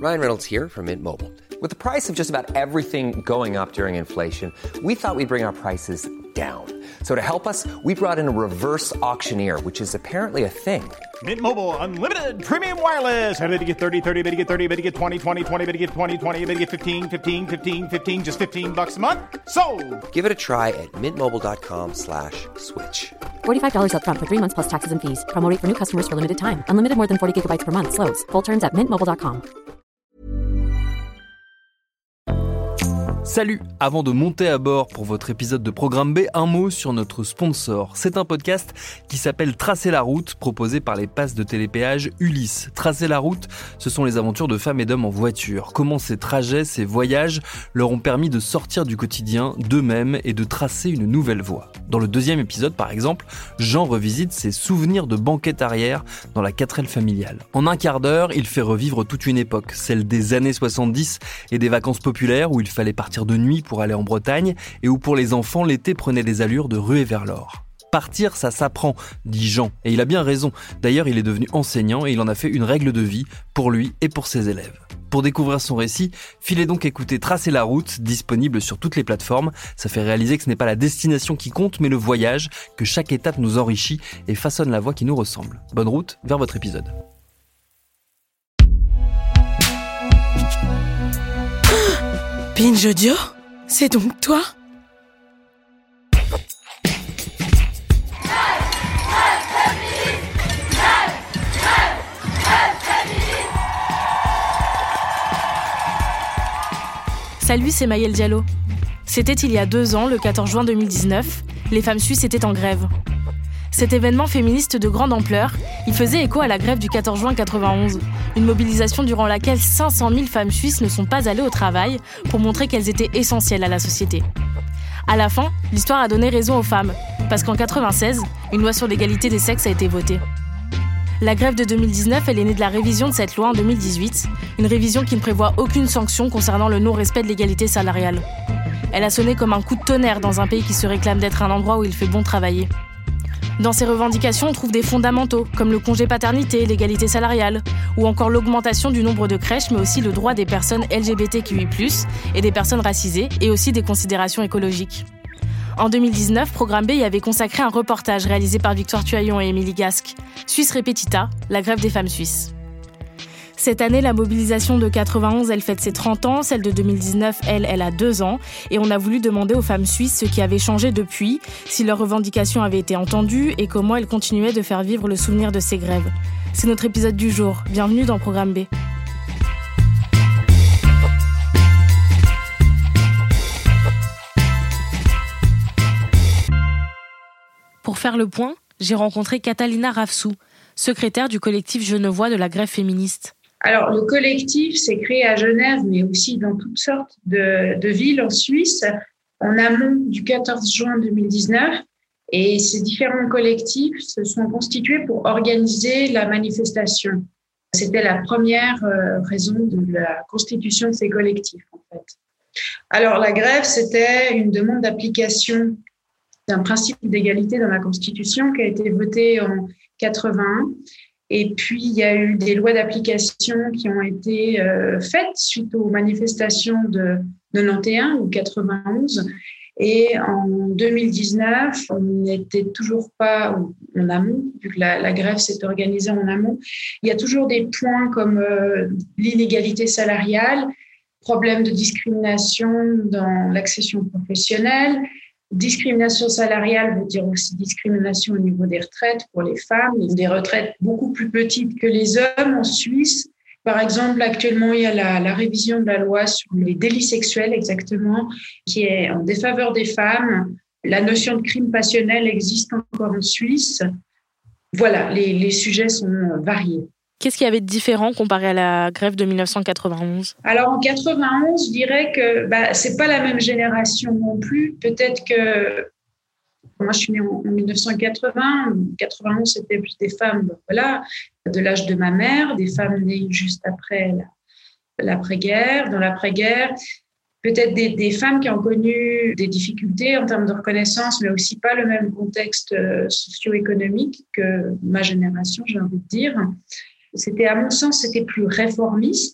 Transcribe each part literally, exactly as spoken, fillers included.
Ryan Reynolds here from Mint Mobile. With the price of just about everything going up during inflation, we thought we'd bring our prices down. So to help us, we brought in a reverse auctioneer, which is apparently a thing. Mint Mobile Unlimited Premium Wireless. How to get thirty, thirty, how to get thirty, how to get twenty, twenty, twenty, how to get twenty, twenty, how to get fifteen, fifteen, fifteen, fifteen, just fifteen bucks a month? Sold! Give it a try at mintmobile.com slash switch. forty-five dollars up front for three months plus taxes and fees. Promo rate for new customers for limited time. Unlimited more than forty gigabytes per month. Slows full terms at mint mobile dot com. Salut! Avant de monter à bord pour votre épisode de Programme B, un mot sur notre sponsor. C'est un podcast qui s'appelle Tracer la route, proposé par les passes de télépéage Ulysse. Tracer la route, ce sont les aventures de femmes et d'hommes en voiture. Comment ces trajets, ces voyages leur ont permis de sortir du quotidien d'eux-mêmes et de tracer une nouvelle voie. Dans le deuxième épisode, par exemple, Jean revisite ses souvenirs de banquette arrière dans la quatrelle familiale. En un quart d'heure, il fait revivre toute une époque, celle des années soixante-dix et des vacances populaires où il fallait partir de nuit pour aller en Bretagne et où pour les enfants l'été prenait des allures de ruée vers l'or. Partir, ça s'apprend, dit Jean, et il a bien raison. D'ailleurs, il est devenu enseignant et il en a fait une règle de vie pour lui et pour ses élèves. Pour découvrir son récit, filez donc écouter Tracer la route, disponible sur toutes les plateformes. Ça fait réaliser que ce n'est pas la destination qui compte, mais le voyage, que chaque étape nous enrichit et façonne la voie qui nous ressemble. Bonne route vers votre épisode. Binge Audio, c'est donc toi ? Salut, c'est Maëlle Diallo. C'était il y a deux ans, le quatorze juin deux mille dix-neuf, les femmes suisses étaient en grève. Cet événement féministe de grande ampleur, il faisait écho à la grève du quatorze juin quatre-vingt-onze, une mobilisation durant laquelle cinq cent mille femmes suisses ne sont pas allées au travail pour montrer qu'elles étaient essentielles à la société. À la fin, l'histoire a donné raison aux femmes, parce qu'en quatre-vingt-seize, une loi sur l'égalité des sexes a été votée. La grève de deux mille dix-neuf, elle est née de la révision de cette loi en deux mille dix-huit, une révision qui ne prévoit aucune sanction concernant le non-respect de l'égalité salariale. Elle a sonné comme un coup de tonnerre dans un pays qui se réclame d'être un endroit où il fait bon travailler. Dans ces revendications, on trouve des fondamentaux, comme le congé paternité, l'égalité salariale, ou encore l'augmentation du nombre de crèches, mais aussi le droit des personnes L G B T Q I plus, et des personnes racisées, et aussi des considérations écologiques. En deux mille dix-neuf, Programme B y avait consacré un reportage réalisé par Victoire Tuaillon et Émilie Gasque, Suisse Repetita, la grève des femmes suisses. Cette année, la mobilisation de quatre-vingt-onze, elle fête ses trente ans, celle de deux mille dix-neuf, elle, elle a deux ans, et on a voulu demander aux femmes suisses ce qui avait changé depuis, si leurs revendications avaient été entendues et comment elles continuaient de faire vivre le souvenir de ces grèves. C'est notre épisode du jour. Bienvenue dans Programme B. Pour faire le point, j'ai rencontré Catalina Ravsou, secrétaire du collectif Genevois de la grève féministe. Alors, le collectif s'est créé à Genève, mais aussi dans toutes sortes de, de villes en Suisse, en amont du quatorze juin deux mille dix-neuf. Et ces différents collectifs se sont constitués pour organiser la manifestation. C'était la première euh, raison de la constitution de ces collectifs, en fait. Alors, la grève, c'était une demande d'application d'un principe d'égalité dans la Constitution qui a été voté en quatre-vingt-un. Et puis, il y a eu des lois d'application qui ont été euh, faites suite aux manifestations de quatre-vingt-onze ou quatre-vingt-onze. Et en deux mille dix-neuf, on n'était toujours pas en amont, vu que la, la grève s'est organisée en amont. Il y a toujours des points comme euh, l'inégalité salariale, problème de discrimination dans l'accession professionnelle. Discrimination salariale veut dire aussi discrimination au niveau des retraites pour les femmes, des retraites beaucoup plus petites que les hommes en Suisse. Par exemple, actuellement, il y a la, la révision de la loi sur les délits sexuels, exactement, qui est en défaveur des femmes. La notion de crime passionnel existe encore en Suisse. Voilà, les, les sujets sont variés. Qu'est-ce qu'il y avait de différent comparé à la grève de dix-neuf cent quatre-vingt-onze ? Alors, en quatre-vingt-onze, je dirais que bah, c'est pas la même génération non plus. Peut-être que moi, je suis née en dix-neuf cent quatre-vingts. En quatre-vingt-onze, c'était plus des femmes, voilà, de l'âge de ma mère, des femmes nées juste après la, l'après-guerre. Dans l'après-guerre, peut-être des, des femmes qui ont connu des difficultés en termes de reconnaissance, mais aussi pas le même contexte socio-économique que ma génération, j'ai envie de dire. C'était, à mon sens, c'était plus réformiste.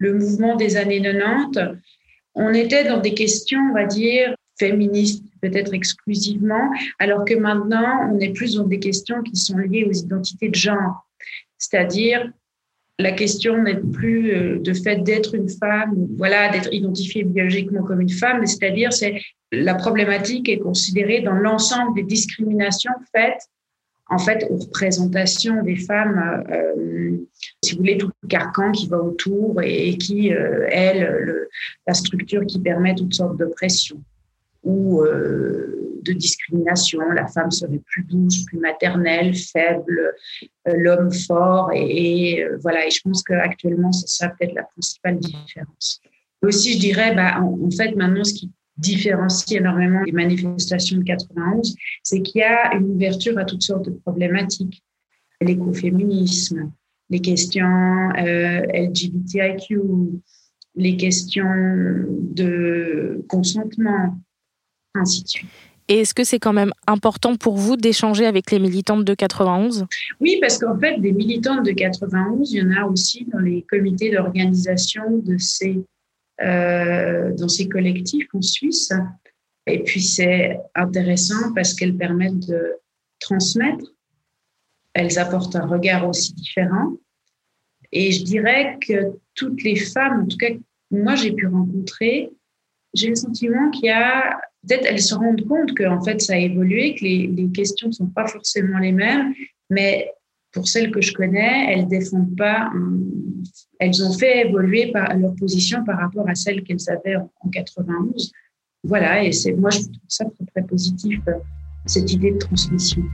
le mouvement des années quatre-vingt-dix, on était dans des questions, on va dire, féministes, peut-être exclusivement, alors que maintenant, on est plus dans des questions qui sont liées aux identités de genre. C'est-à-dire, la question n'est plus de fait d'être une femme, voilà, d'être identifiée biologiquement comme une femme, mais c'est-à-dire, c'est la problématique est considérée dans l'ensemble des discriminations faites en fait, aux représentations des femmes, euh, si vous voulez, tout le carcan qui va autour et, et qui euh, est le, le, la structure qui permet toutes sortes d'oppressions ou euh, de discrimination. La femme serait plus douce, plus maternelle, faible, euh, l'homme fort. Et, et euh, voilà, et je pense qu'actuellement, c'est ça peut-être la principale différence. Et aussi, je dirais, bah, en, en fait, maintenant, ce qui différencie énormément les manifestations de quatre-vingt-onze, c'est qu'il y a une ouverture à toutes sortes de problématiques. L'écoféminisme, les questions euh, L G B T I Q, les questions de consentement, ainsi de suite. Et est-ce que c'est quand même important pour vous d'échanger avec les militantes de quatre-vingt-onze ? Oui, parce qu'en fait, des militantes de quatre-vingt-onze, il y en a aussi dans les comités d'organisation de ces Euh, dans ces collectifs en Suisse. Et puis, c'est intéressant parce qu'elles permettent de transmettre. Elles apportent un regard aussi différent. Et je dirais que toutes les femmes, en tout cas, moi, j'ai pu rencontrer, j'ai le sentiment qu'il y a... Peut-être elles se rendent compte qu'en fait, ça a évolué, que les, les questions ne sont pas forcément les mêmes, mais pour celles que je connais, elles défendent pas... Un, elles ont fait évoluer par, leur position par rapport à celle qu'elles avaient en, en quatre-vingt-onze. Voilà, et c'est, moi, je trouve ça très, très positif, cette idée de transmission.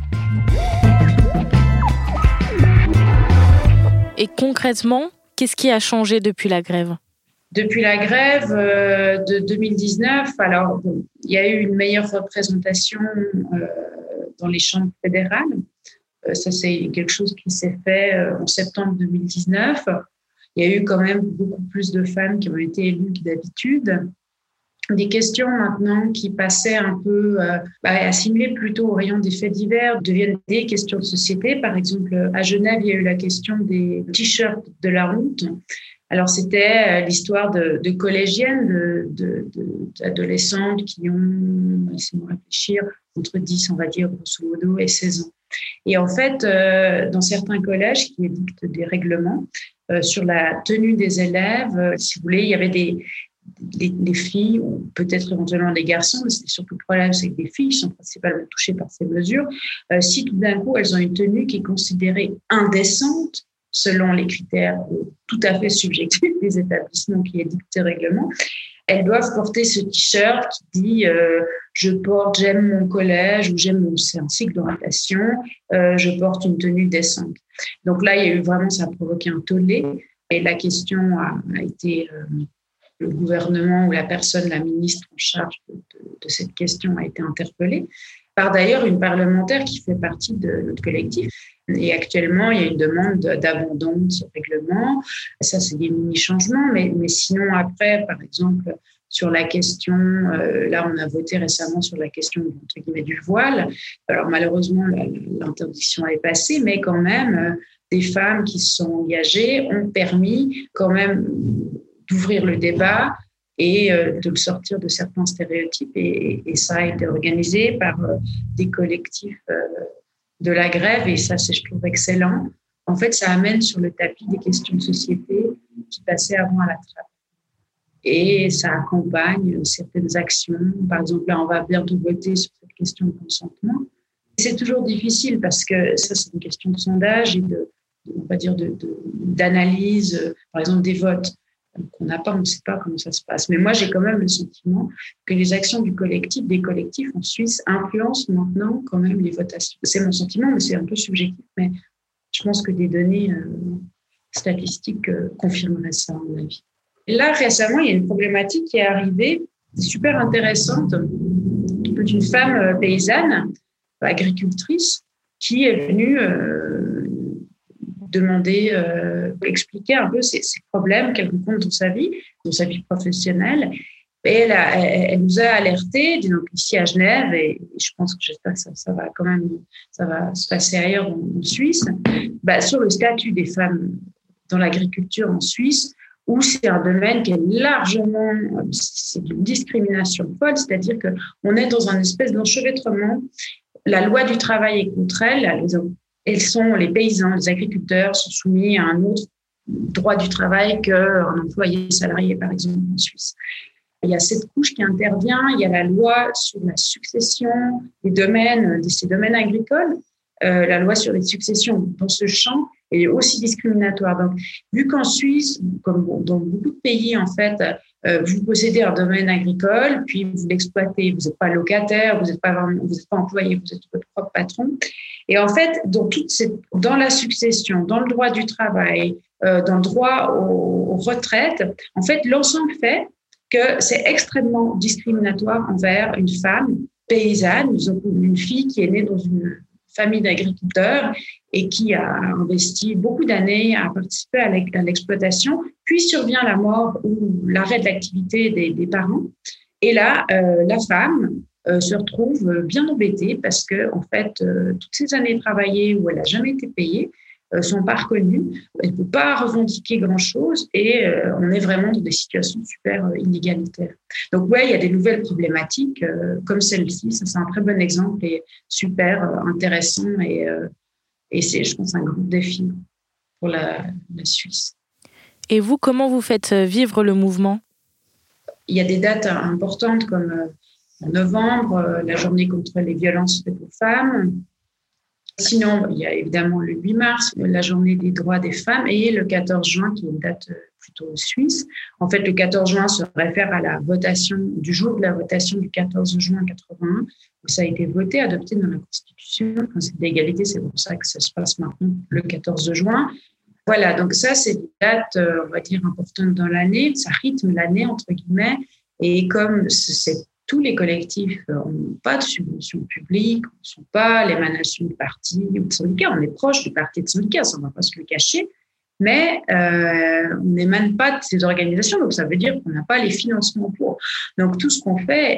Et concrètement, qu'est-ce qui a changé depuis la grève ? Depuis la grève euh, de deux mille dix-neuf, alors, bon, il y a eu une meilleure représentation euh, dans les chambres fédérales. Euh, ça, c'est quelque chose qui s'est fait euh, en septembre deux mille dix-neuf. Il y a eu quand même beaucoup plus de femmes qui ont été élues que d'habitude. Des questions maintenant qui passaient un peu, euh, bah, assimilées plutôt au rayon des faits divers, deviennent des questions de société. Par exemple, à Genève, il y a eu la question des t-shirts de la honte. Alors, c'était l'histoire de, de collégiennes, de, de, de, d'adolescentes qui ont, laissez-moi réfléchir, entre dix, on va dire, grosso modo, et seize ans. Et en fait, euh, dans certains collèges qui édictent des règlements euh, sur la tenue des élèves, euh, si vous voulez, il y avait des, des, des filles, ou peut-être éventuellement des garçons, mais c'est surtout le problème, c'est que les filles sont principalement touchées par ces mesures. Euh, si tout d'un coup, elles ont une tenue qui est considérée indécente, selon les critères tout à fait subjectifs des établissements qui édictent ces règlements, elles doivent porter ce t-shirt qui dit euh, « je porte, j'aime mon collège » ou « j'aime mon, c'est un cycle d'orientation, euh, je porte une tenue décente ». Donc là, il y a eu vraiment, ça a provoqué un tollé et la question a, a été, euh, le gouvernement ou la personne, la ministre en charge de, de, de cette question a été interpellée par d'ailleurs une parlementaire qui fait partie de notre collectif. Et actuellement, il y a une demande d'abandon de ce règlement. Ça, c'est des mini-changements. Mais, mais sinon, après, par exemple, sur la question, euh, là, on a voté récemment sur la question, entre guillemets, du voile. Alors, malheureusement, la, l'interdiction est passée, mais quand même, euh, des femmes qui se sont engagées ont permis quand même d'ouvrir le débat et euh, de le sortir de certains stéréotypes. Et, et ça a été organisé par euh, des collectifs euh, de la grève, et ça, c'est, je trouve, excellent. En fait, ça amène sur le tapis des questions de société qui passaient avant à la trappe. Et ça accompagne certaines actions. Par exemple, là, on va bientôt voter sur cette question de consentement. C'est toujours difficile parce que ça, c'est une question de sondage et de, on va dire, de, de, d'analyse, par exemple, des votes qu'on n'a pas, on ne sait pas comment ça se passe. Mais moi, j'ai quand même le sentiment que les actions du collectif, des collectifs en Suisse, influencent maintenant quand même les votations. C'est mon sentiment, mais c'est un peu subjectif. Mais je pense que des données euh, statistiques euh, confirmeraient ça, à mon avis. Et là, récemment, il y a une problématique qui est arrivée, super intéressante, d'une femme euh, paysanne, agricultrice, qui est venue euh, demander, euh, expliquer un peu ses, ses problèmes qu'elle rencontre dans sa vie, dans sa vie professionnelle. Et elle, a, elle, elle nous a alertés, donc ici à Genève, et je pense que j'espère que ça, ça va quand même, ça va se passer ailleurs en, en Suisse, bah, sur le statut des femmes dans l'agriculture en Suisse, où c'est un domaine qui est largement, c'est une discrimination folle, c'est-à-dire qu'on est dans un espèce d'enchevêtrement. La loi du travail est contre elles, elles sont, les paysans, les agriculteurs sont soumis à un autre droit du travail qu'un employé salarié, par exemple, en Suisse. Il y a cette couche qui intervient, il y a la loi sur la succession des domaines, de ces domaines agricoles, euh, la loi sur les successions dans ce champ est aussi discriminatoire. Donc, vu qu'en Suisse, comme dans beaucoup de pays, en fait, euh, vous possédez un domaine agricole, puis vous l'exploitez, vous n'êtes pas locataire, vous n'êtes pas, vous n'êtes pas employé, vous êtes votre propre patron. Et en fait, dans, toute cette, dans la succession, dans le droit du travail, euh, dans le droit aux, aux retraites, en fait, l'ensemble fait que c'est extrêmement discriminatoire envers une femme paysanne, une fille qui est née dans une famille d'agriculteurs et qui a investi beaucoup d'années à participer à l'exploitation, puis survient la mort ou l'arrêt de l'activité des, des parents. Et là, euh, la femme euh, se retrouve bien embêtée parce que, en fait, euh, toutes ces années travaillées où elle n'a jamais été payée, ne sont pas reconnues, elle ne peut pas revendiquer grand-chose et euh, on est vraiment dans des situations super euh, inégalitaires. Donc ouais, il y a des nouvelles problématiques euh, comme celle-ci, ça c'est un très bon exemple et super euh, intéressant et, euh, et c'est, je pense, un grand défi pour la, la Suisse. Et vous, comment vous faites vivre le mouvement ? Il y a des dates importantes comme euh, en novembre, euh, la journée contre les violences faites aux femmes. Sinon, il y a évidemment le huit mars, la journée des droits des femmes, et le quatorze juin, qui est une date plutôt suisse. En fait, le quatorze juin se réfère à la votation, du jour de la votation du quatorze juin quatre-vingt-un, où ça a été voté, adopté dans la Constitution, le principe d'égalité, c'est pour ça que ça se passe maintenant le quatorze juin. Voilà, donc ça, c'est des dates, on va dire, importantes dans l'année, ça rythme l'année, entre guillemets, et comme c'est tous les collectifs n'ont pas de subventions publiques, ne sont pas l'émanation de partis ou de syndicats. On est proche du parti de syndicats, ça on ne va pas se le cacher, mais euh, on n'émane pas de ces organisations, donc ça veut dire qu'on n'a pas les financements pour. Donc tout ce qu'on fait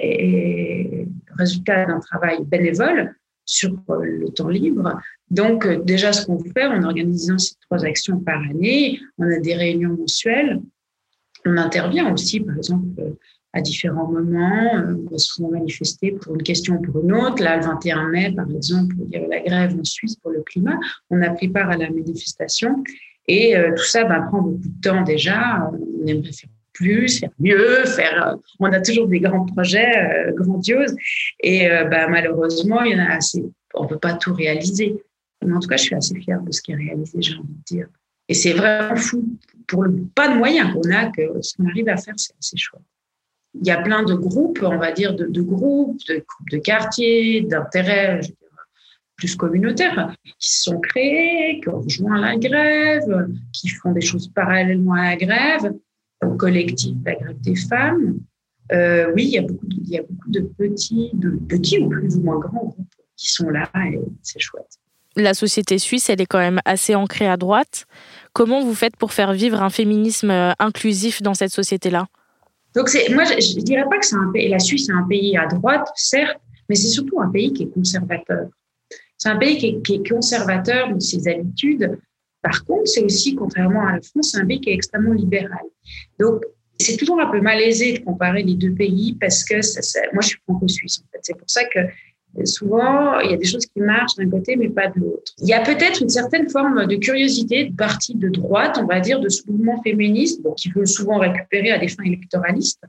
est le résultat d'un travail bénévole sur le temps libre. Donc déjà ce qu'on fait en organisant ces trois actions par année, on a des réunions mensuelles, on intervient aussi par exemple à différents moments, on va souvent manifester pour une question ou pour une autre. Là, le vingt et un mai, par exemple, il y avait la grève en Suisse pour le climat. On a pris part à la manifestation et euh, tout ça ben, prend beaucoup de temps déjà. On aimerait faire plus, faire mieux, faire. Euh, on a toujours des grands projets euh, grandioses et euh, ben, malheureusement, il y en a assez. On ne peut pas tout réaliser. Mais en tout cas, je suis assez fière de ce qui est réalisé, j'ai envie de dire. Et c'est vraiment fou pour le pas de moyens qu'on a que ce qu'on arrive à faire, c'est assez chouette. Il y a plein de groupes, on va dire, de, de groupes, de groupes de quartiers, d'intérêts plus communautaires qui se sont créés, qui ont rejoint la grève, qui font des choses parallèlement à la grève, au collectif La Grève des femmes. Euh, oui, il y a beaucoup de, il y a beaucoup de petits, de petits ou plus ou moins grands groupes qui sont là et c'est chouette. La société suisse, elle est quand même assez ancrée à droite. Comment vous faites pour faire vivre un féminisme inclusif dans cette société-là ? Donc, c'est, moi, je ne dirais pas que c'est un pays, la Suisse est un pays à droite, certes, mais c'est surtout un pays qui est conservateur. C'est un pays qui est, qui est conservateur dans ses habitudes. Par contre, c'est aussi, contrairement à la France, c'est un pays qui est extrêmement libéral. Donc, c'est toujours un peu malaisé de comparer les deux pays parce que ça, ça, moi, je suis franco-suisse, en fait. C'est pour ça que souvent, il y a des choses qui marchent d'un côté, mais pas de l'autre. Il y a peut-être une certaine forme de curiosité de parti de droite, on va dire, de ce mouvement féministe, bon, qui veut souvent récupérer à des fins électoralistes.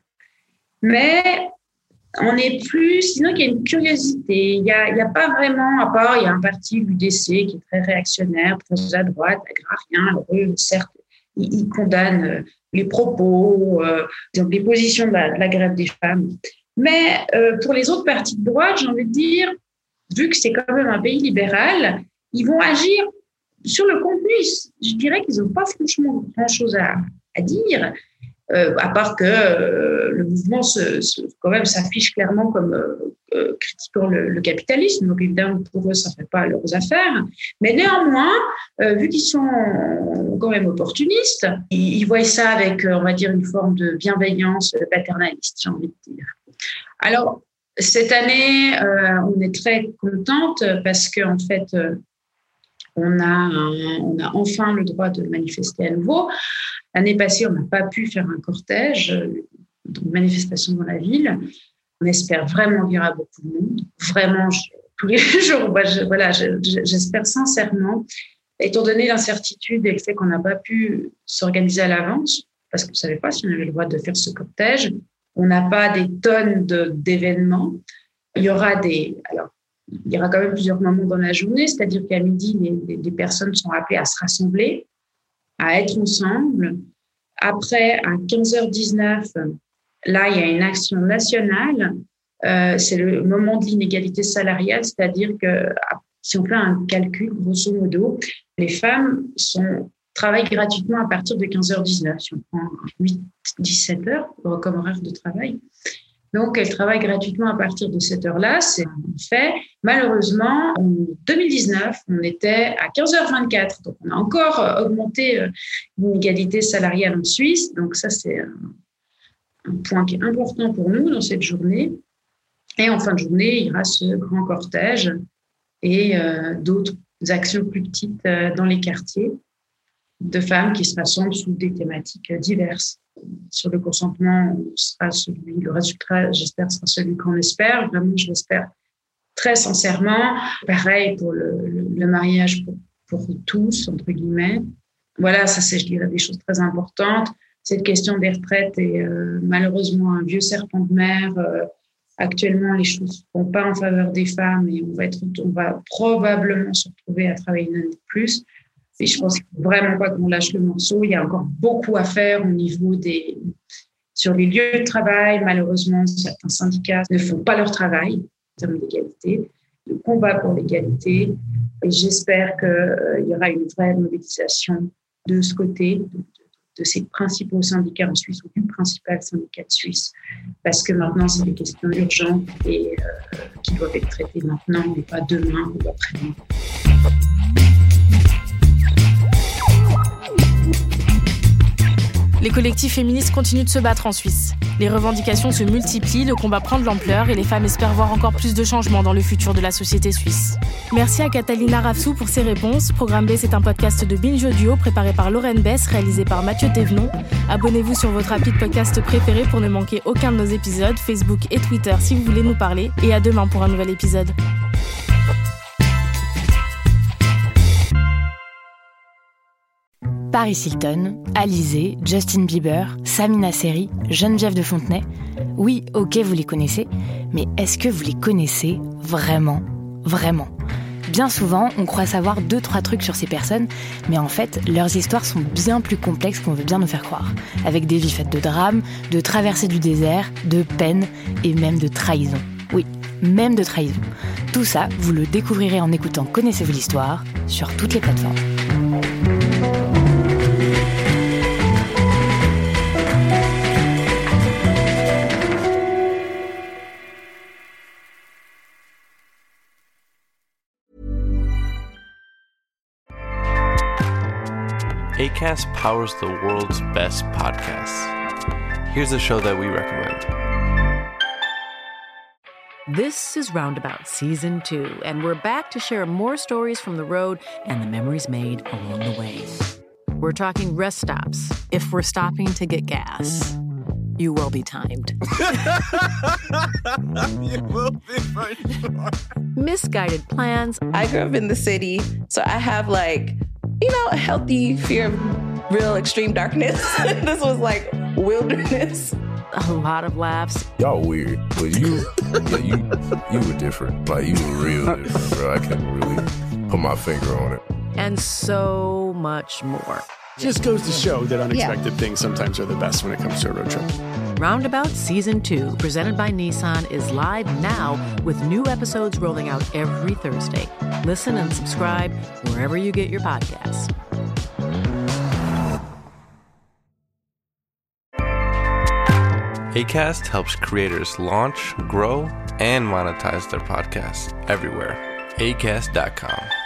Mais on est plus, sinon il y a une curiosité. Il n'y a, il y a pas vraiment, à part, il y a un parti, l'U D C, qui est très réactionnaire, très à droite, agrarien. Alors eux, certes, ils, ils condamnent les propos, euh, donc les positions de la, de la grève des femmes. Mais euh, pour les autres partis de droite, j'ai envie de dire, vu que c'est quand même un pays libéral, ils vont agir sur le contenu. Je dirais qu'ils n'ont pas franchement grand-chose à, à dire, euh, à part que euh, le mouvement se, se, quand même s'affiche clairement comme euh, euh, critiquant le, le capitalisme. Donc évidemment, pour eux, ça ne fait pas leurs affaires. Mais néanmoins, euh, vu qu'ils sont quand même opportunistes, ils, ils voient ça avec, on va dire, une forme de bienveillance paternaliste, j'ai envie de dire. Alors, cette année, euh, on est très contente parce qu'en fait, euh, on, a un, on a enfin le droit de manifester à nouveau. L'année passée, on n'a pas pu faire un cortège, une manifestation dans la ville. On espère vraiment qu'il y aura beaucoup de monde. Vraiment, je, tous les jours, moi, je, voilà, je, je, j'espère sincèrement, étant donné l'incertitude et le fait qu'on n'a pas pu s'organiser à l'avance, parce qu'on ne savait pas si on avait le droit de faire ce cortège, on n'a pas des tonnes de, d'événements. Il y aura des... Alors, il y aura quand même plusieurs moments dans la journée, c'est-à-dire qu'à midi, les, les, les personnes sont appelées à se rassembler, à être ensemble. Après, à quinze heures dix-neuf, là, il y a une action nationale. Euh, c'est le moment de l'inégalité salariale, c'est-à-dire que si on fait un calcul, grosso modo, les femmes sont, travaillent gratuitement à partir de quinze heures dix-neuf, si on prend huit à dix-sept heures comme horaire de travail. Donc, elles travaillent gratuitement à partir de cette heure-là, c'est un fait. Malheureusement, en deux mille dix-neuf, on était à quinze heures vingt-quatre. Donc, on a encore augmenté l'inégalité salariale en Suisse. Donc, ça, c'est un point qui est important pour nous dans cette journée. Et en fin de journée, il y aura ce grand cortège et euh, d'autres actions plus petites euh, dans les quartiers de femmes qui se rassemblent sous des thématiques diverses. Sur le consentement, sera celui, le résultat, j'espère, sera celui qu'on espère. Vraiment, je l'espère très sincèrement. Pareil pour le, le, le mariage pour, pour tous, entre guillemets. Voilà, ça, c'est, je dirais, des choses très importantes. Cette question des retraites est euh, malheureusement un vieux serpent de mer. Euh, actuellement, les choses ne vont pas en faveur des femmes et on va, être, on va probablement se retrouver à travailler une année de plus. Et je pense qu'il ne faut vraiment pas qu'on lâche le morceau. Il y a encore beaucoup à faire au niveau des... Sur les lieux de travail, malheureusement, certains syndicats ne font pas leur travail en termes d'égalité, de combat pour l'égalité. Et j'espère qu'il euh, y aura une vraie mobilisation de ce côté, de, de, de ces principaux syndicats en Suisse ou du principal syndicat de Suisse, parce que maintenant, c'est des questions urgentes et euh, qui doivent être traitées maintenant, mais pas demain ou après-demain. Les collectifs féministes continuent de se battre en Suisse. Les revendications se multiplient, le combat prend de l'ampleur et les femmes espèrent voir encore plus de changements dans le futur de la société suisse. Merci à Catalina Rafsou pour ses réponses. Programme B, c'est un podcast de Binge Audio préparé par Lorraine Bess, réalisé par Mathieu Thévenon. Abonnez-vous sur votre appli de podcast préféré pour ne manquer aucun de nos épisodes, Facebook et Twitter si vous voulez nous parler. Et à demain pour un nouvel épisode. Paris Hilton, Alizé, Justin Bieber, Samina Seri, Geneviève de Fontenay. Oui, ok, vous les connaissez, mais est-ce que vous les connaissez vraiment, vraiment ? Bien souvent, on croit savoir deux, trois trucs sur ces personnes, mais en fait, leurs histoires sont bien plus complexes qu'on veut bien nous faire croire, avec des vies faites de drames, de traversées du désert, de peine et même de trahison. Oui, même de trahison. Tout ça, vous le découvrirez en écoutant Connaissez-vous l'histoire sur toutes les plateformes. Acast powers the world's best podcasts. Here's a show that we recommend. This is Roundabout Season two, and we're back to share more stories from the road and the memories made along the way. We're talking rest stops, if we're stopping to get gas. You will be timed. You will be for sure. Misguided plans. I grew up in the city, so I have like, you know, a healthy fear of real extreme darkness. This was like wilderness. A lot of laughs. Y'all weird, but you, yeah, you, you were different. Like, you were real different, bro. I can't really put my finger on it. And so much more. Just goes to show that unexpected yeah. things sometimes are the best when it comes to a road trip. Roundabout Season two, presented by Nissan, is live now with new episodes rolling out every Thursday. Listen and subscribe wherever you get your podcasts. Acast helps creators launch, grow, and monetize their podcasts everywhere. Acast dot com.